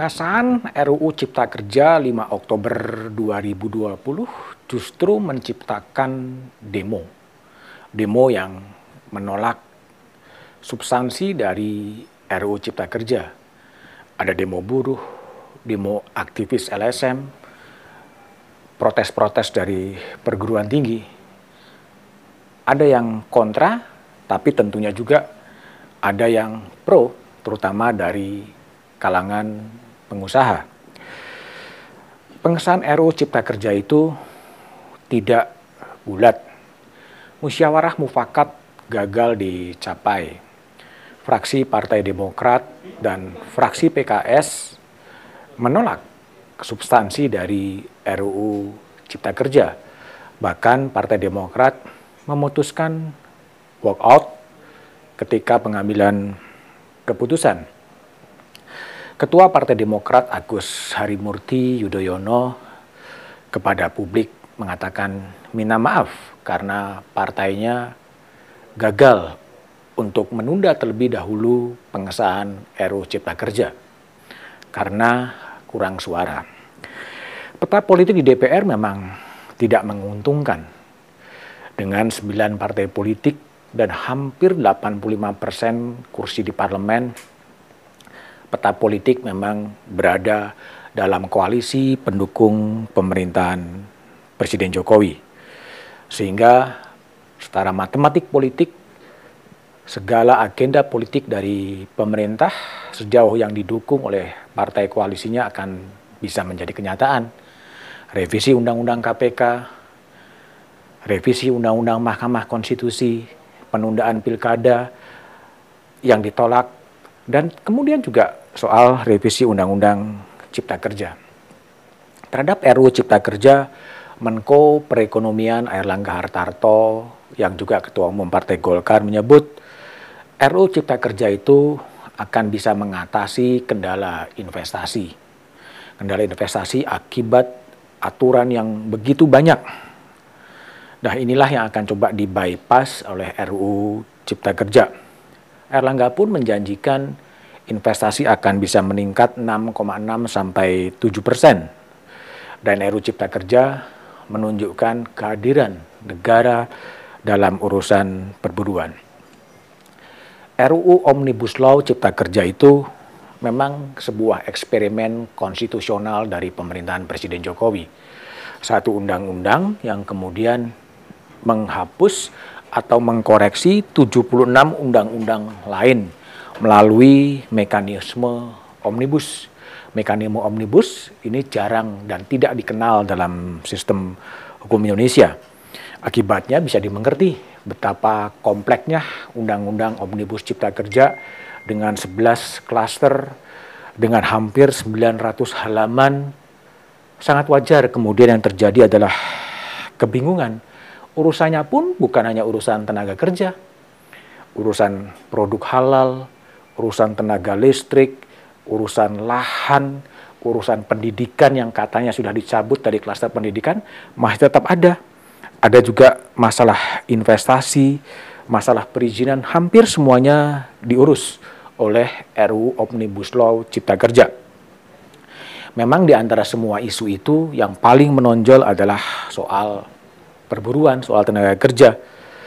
Pengesahan RUU Cipta Kerja 5 Oktober 2020 justru menciptakan demo. Demo yang menolak substansi dari RUU Cipta Kerja. Ada demo buruh, demo aktivis LSM, protes-protes dari perguruan tinggi. Ada yang kontra, tapi tentunya juga ada yang pro, terutama dari kalangan pengusaha. Pengesahan RUU Cipta Kerja itu tidak bulat. Musyawarah mufakat gagal dicapai. Fraksi Partai Demokrat dan fraksi PKS menolak substansi dari RUU Cipta Kerja. Bahkan Partai Demokrat memutuskan walk out ketika pengambilan keputusan. Ketua Partai Demokrat Agus Harimurti Yudhoyono kepada publik mengatakan minta maaf karena partainya gagal untuk menunda terlebih dahulu pengesahan RUU Cipta Kerja karena kurang suara. Peta politik di DPR memang tidak menguntungkan. Dengan 9 partai politik dan hampir 85% kursi di parlemen, peta politik memang berada dalam koalisi pendukung pemerintahan Presiden Jokowi. Sehingga secara matematik politik, segala agenda politik dari pemerintah sejauh yang didukung oleh partai koalisinya akan bisa menjadi kenyataan. Revisi Undang-Undang KPK, revisi Undang-Undang Mahkamah Konstitusi, penundaan pilkada yang ditolak, dan kemudian juga soal revisi Undang-Undang Cipta Kerja. Terhadap RUU Cipta Kerja, Menko Perekonomian Airlangga Hartarto yang juga Ketua Umum Partai Golkar menyebut RUU Cipta Kerja itu akan bisa mengatasi kendala investasi. Kendala investasi akibat aturan yang begitu banyak. Nah, inilah yang akan coba di-bypass oleh RUU Cipta Kerja. Airlangga pun menjanjikan investasi akan bisa meningkat 6,6 sampai 7%. Dan RUU Cipta Kerja menunjukkan kehadiran negara dalam urusan perburuan. RUU Omnibus Law Cipta Kerja itu memang sebuah eksperimen konstitusional dari pemerintahan Presiden Jokowi. Satu undang-undang yang kemudian menghapus atau mengkoreksi 76 undang-undang lain melalui mekanisme omnibus. Mekanisme omnibus ini jarang dan tidak dikenal dalam sistem hukum Indonesia. Akibatnya bisa dimengerti betapa kompleksnya undang-undang omnibus Cipta Kerja dengan 11 klaster, dengan hampir 900 halaman. Sangat wajar kemudian yang terjadi adalah kebingungan. Urusannya pun bukan hanya urusan tenaga kerja, urusan produk halal, urusan tenaga listrik, urusan lahan, urusan pendidikan yang katanya sudah dicabut dari klaster pendidikan, masih tetap ada. Ada juga masalah investasi, masalah perizinan, hampir semuanya diurus oleh RUU Omnibus Law Cipta Kerja. Memang di antara semua isu itu yang paling menonjol adalah soal perburuan, soal tenaga kerja.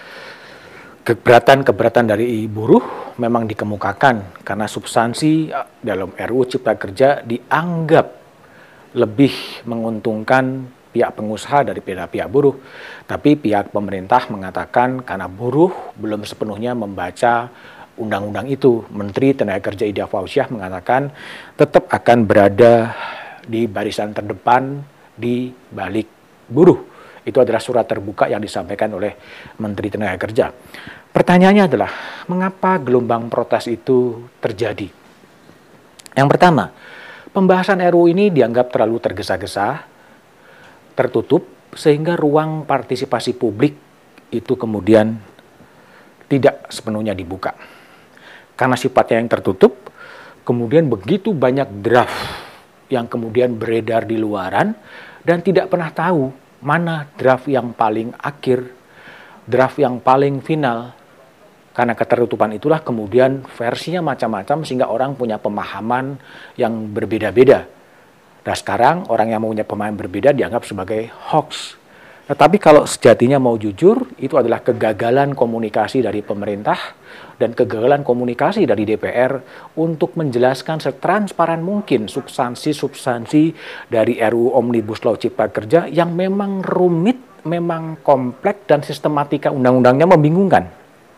Keberatan dari buruh memang dikemukakan karena substansi dalam RUU Cipta Kerja dianggap lebih menguntungkan pihak pengusaha daripada pihak buruh. Tapi pihak pemerintah mengatakan karena buruh belum sepenuhnya membaca undang-undang itu. Menteri Tenaga Kerja Ida Fauziah mengatakan tetap akan berada di barisan terdepan di balik buruh. Itu adalah surat terbuka yang disampaikan oleh Menteri Tenaga Kerja. Pertanyaannya adalah, mengapa gelombang protes itu terjadi? Yang pertama, pembahasan RUU ini dianggap terlalu tergesa-gesa, tertutup, sehingga ruang partisipasi publik itu kemudian tidak sepenuhnya dibuka. Karena sifatnya yang tertutup, kemudian begitu banyak draft yang kemudian beredar di luaran dan tidak pernah tahu mana draft yang paling akhir, draft yang paling final. Karena ketertutupan itulah kemudian versinya macam-macam sehingga orang punya pemahaman yang berbeda-beda. Nah sekarang orang yang punya pemahaman berbeda dianggap sebagai hoax. Tetapi kalau sejatinya mau jujur, itu adalah kegagalan komunikasi dari pemerintah dan kegagalan komunikasi dari DPR untuk menjelaskan setransparan mungkin substansi-substansi dari RUU Omnibus Law Cipta Kerja yang memang rumit, memang kompleks, dan sistematika undang-undangnya membingungkan.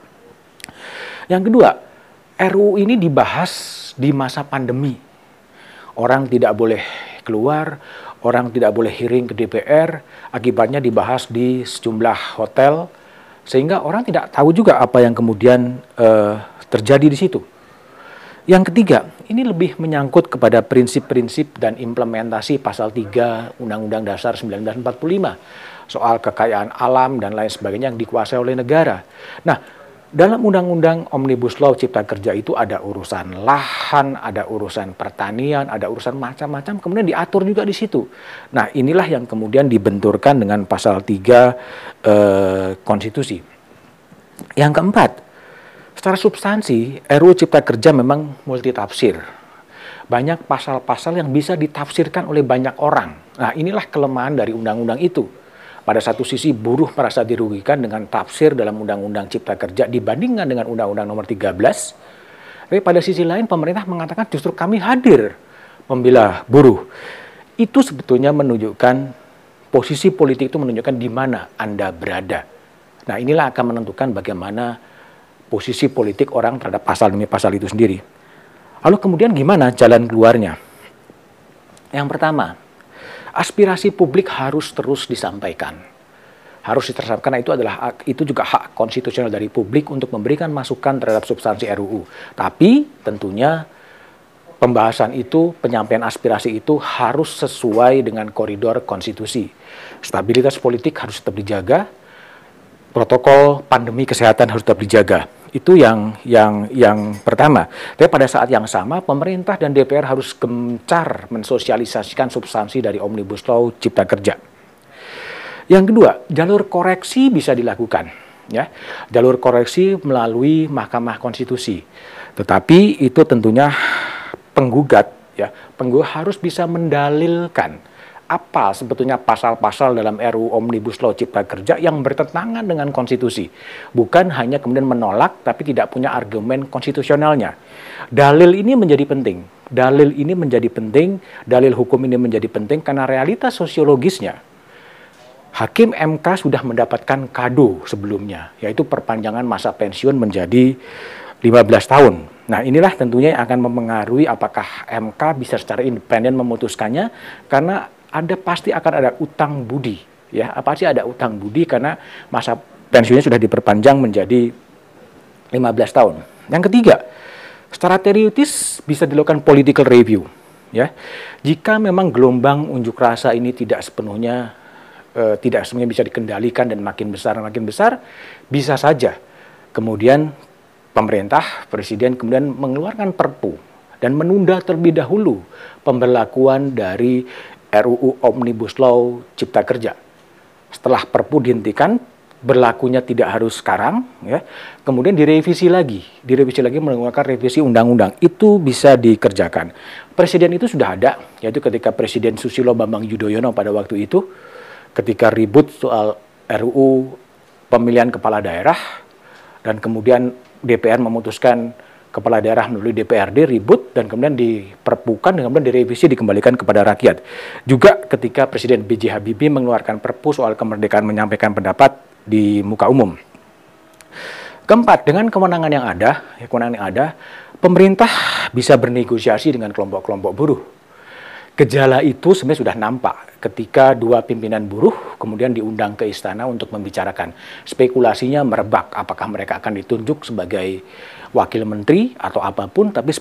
Yang kedua, RUU ini dibahas di masa pandemi. Orang tidak boleh keluar, orang tidak boleh hearing ke DPR, akibatnya dibahas di sejumlah hotel, sehingga orang tidak tahu juga apa yang kemudian terjadi di situ. Yang ketiga, ini lebih menyangkut kepada prinsip-prinsip dan implementasi pasal 3 Undang-Undang Dasar 1945, soal kekayaan alam dan lain sebagainya yang dikuasai oleh negara. Nah, dalam Undang-Undang Omnibus Law Cipta Kerja itu ada urusan lahan, ada urusan pertanian, ada urusan macam-macam, kemudian diatur juga di situ. Nah, inilah yang kemudian dibenturkan dengan pasal 3 konstitusi. Yang keempat, secara substansi, RUU Cipta Kerja memang multitafsir. Banyak pasal-pasal yang bisa ditafsirkan oleh banyak orang. Nah, inilah kelemahan dari undang-undang itu. Pada satu sisi buruh merasa dirugikan dengan tafsir dalam Undang-Undang Cipta Kerja dibandingkan dengan Undang-Undang Nomor 13. Tapi pada sisi lain pemerintah mengatakan justru kami hadir membela buruh. Itu sebetulnya menunjukkan posisi politik itu menunjukkan di mana Anda berada. Nah, inilah akan menentukan bagaimana posisi politik orang terhadap pasal demi pasal itu sendiri. Lalu kemudian gimana jalan keluarnya? Yang pertama, aspirasi publik harus terus disampaikan. Harus diterapkan karena itu juga hak konstitusional dari publik untuk memberikan masukan terhadap substansi RUU. Tapi tentunya pembahasan itu, penyampaian aspirasi itu harus sesuai dengan koridor konstitusi. Stabilitas politik harus tetap dijaga, protokol pandemi kesehatan harus tetap dijaga. Itu yang pertama. Tapi pada saat yang sama, pemerintah dan DPR harus gencar mensosialisasikan substansi dari Omnibus Law Cipta Kerja. Yang kedua, jalur koreksi bisa dilakukan. Ya, jalur koreksi melalui Mahkamah Konstitusi. Tetapi itu tentunya penggugat harus bisa mendalilkan apa sebetulnya pasal-pasal dalam RUU Omnibus Law Cipta Kerja yang bertentangan dengan konstitusi. Bukan hanya kemudian menolak, tapi tidak punya argumen konstitusionalnya. Dalil ini menjadi penting. Dalil hukum ini menjadi penting karena realitas sosiologisnya. Hakim MK sudah mendapatkan kado sebelumnya, yaitu perpanjangan masa pensiun menjadi 15 tahun. Nah, inilah tentunya yang akan mempengaruhi apakah MK bisa secara independen memutuskannya, karena pasti akan ada utang budi, ya. Pasti ada utang budi karena masa pensiunnya sudah diperpanjang menjadi 15 tahun. Yang ketiga, secara teoritis bisa dilakukan political review, ya. Jika memang gelombang unjuk rasa ini tidak sepenuhnya bisa dikendalikan dan makin besar, bisa saja kemudian pemerintah, presiden kemudian mengeluarkan perpu dan menunda terlebih dahulu pemberlakuan dari RUU Omnibus Law Cipta Kerja. Setelah perpu dihentikan, berlakunya tidak harus sekarang, ya. Kemudian direvisi lagi melakukan revisi undang-undang. Itu bisa dikerjakan. Presiden itu sudah ada, yaitu ketika Presiden Susilo Bambang Yudhoyono pada waktu itu, ketika ribut soal RUU pemilihan kepala daerah, dan kemudian DPR memutuskan kepala daerah melalui DPRD ribut dan kemudian diperpukan dan kemudian direvisi dikembalikan kepada rakyat. Juga ketika Presiden B.J. Habibie mengeluarkan perpu soal kemerdekaan menyampaikan pendapat di muka umum. Keempat, dengan kewenangan yang ada, pemerintah bisa bernegosiasi dengan kelompok-kelompok buruh. Gejala itu sebenarnya sudah nampak ketika dua pimpinan buruh kemudian diundang ke istana untuk membicarakan. Spekulasinya merebak apakah mereka akan ditunjuk sebagai wakil menteri atau apapun, tapi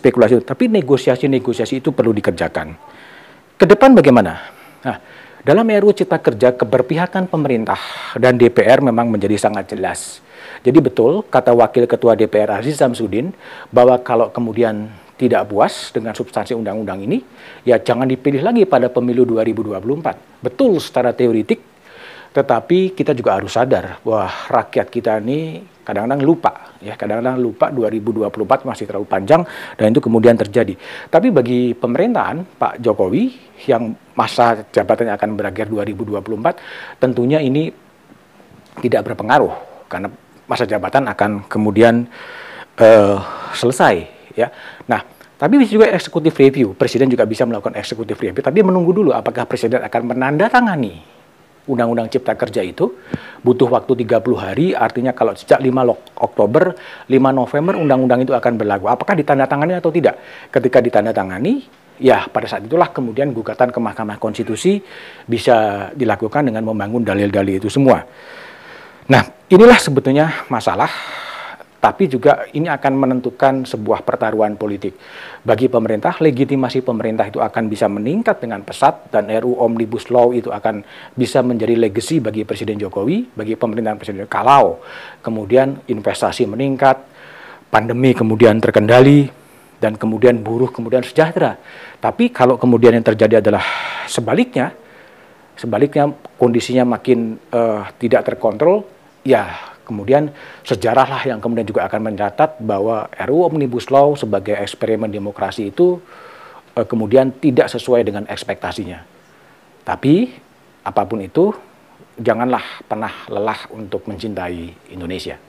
negosiasi itu perlu dikerjakan. Ke depan bagaimana? Nah, dalam RUU Cipta Kerja keberpihakan pemerintah dan DPR memang menjadi sangat jelas. Jadi betul kata Wakil Ketua DPR Aziz Samsudin bahwa kalau kemudian tidak puas dengan substansi undang-undang ini, ya jangan dipilih lagi pada pemilu 2024. Betul secara teoritik Tetapi kita juga harus sadar bahwa rakyat kita ini kadang-kadang lupa, ya kadang-kadang lupa 2024 masih terlalu panjang dan itu kemudian terjadi. Tapi bagi pemerintahan Pak Jokowi yang masa jabatannya akan berakhir 2024, tentunya ini tidak berpengaruh karena masa jabatan akan kemudian selesai, ya. Nah, tapi bisa juga executive review. Presiden juga bisa melakukan executive review, tapi menunggu dulu apakah presiden akan menandatangani Undang-Undang Cipta Kerja itu. Butuh waktu 30 hari, artinya kalau sejak 5 Oktober, 5 November undang-undang itu akan berlaku. Apakah ditandatangani atau tidak? Ketika ditandatangani, ya pada saat itulah kemudian gugatan ke Mahkamah Konstitusi bisa dilakukan dengan membangun dalil-dalil itu semua. Nah, inilah sebetulnya masalah. Tapi juga ini akan menentukan sebuah pertaruhan politik. Bagi pemerintah, legitimasi pemerintah itu akan bisa meningkat dengan pesat dan RUU Omnibus Law itu akan bisa menjadi legacy bagi Presiden Jokowi, bagi pemerintahan Presiden Jokowi. Kalau kemudian investasi meningkat, pandemi kemudian terkendali, dan kemudian buruh kemudian sejahtera. Tapi kalau kemudian yang terjadi adalah sebaliknya kondisinya makin tidak terkontrol, ya kemudian sejarahlah yang kemudian juga akan mencatat bahwa RUU Omnibus Law sebagai eksperimen demokrasi itu kemudian tidak sesuai dengan ekspektasinya. Tapi apapun itu, janganlah pernah lelah untuk mencintai Indonesia.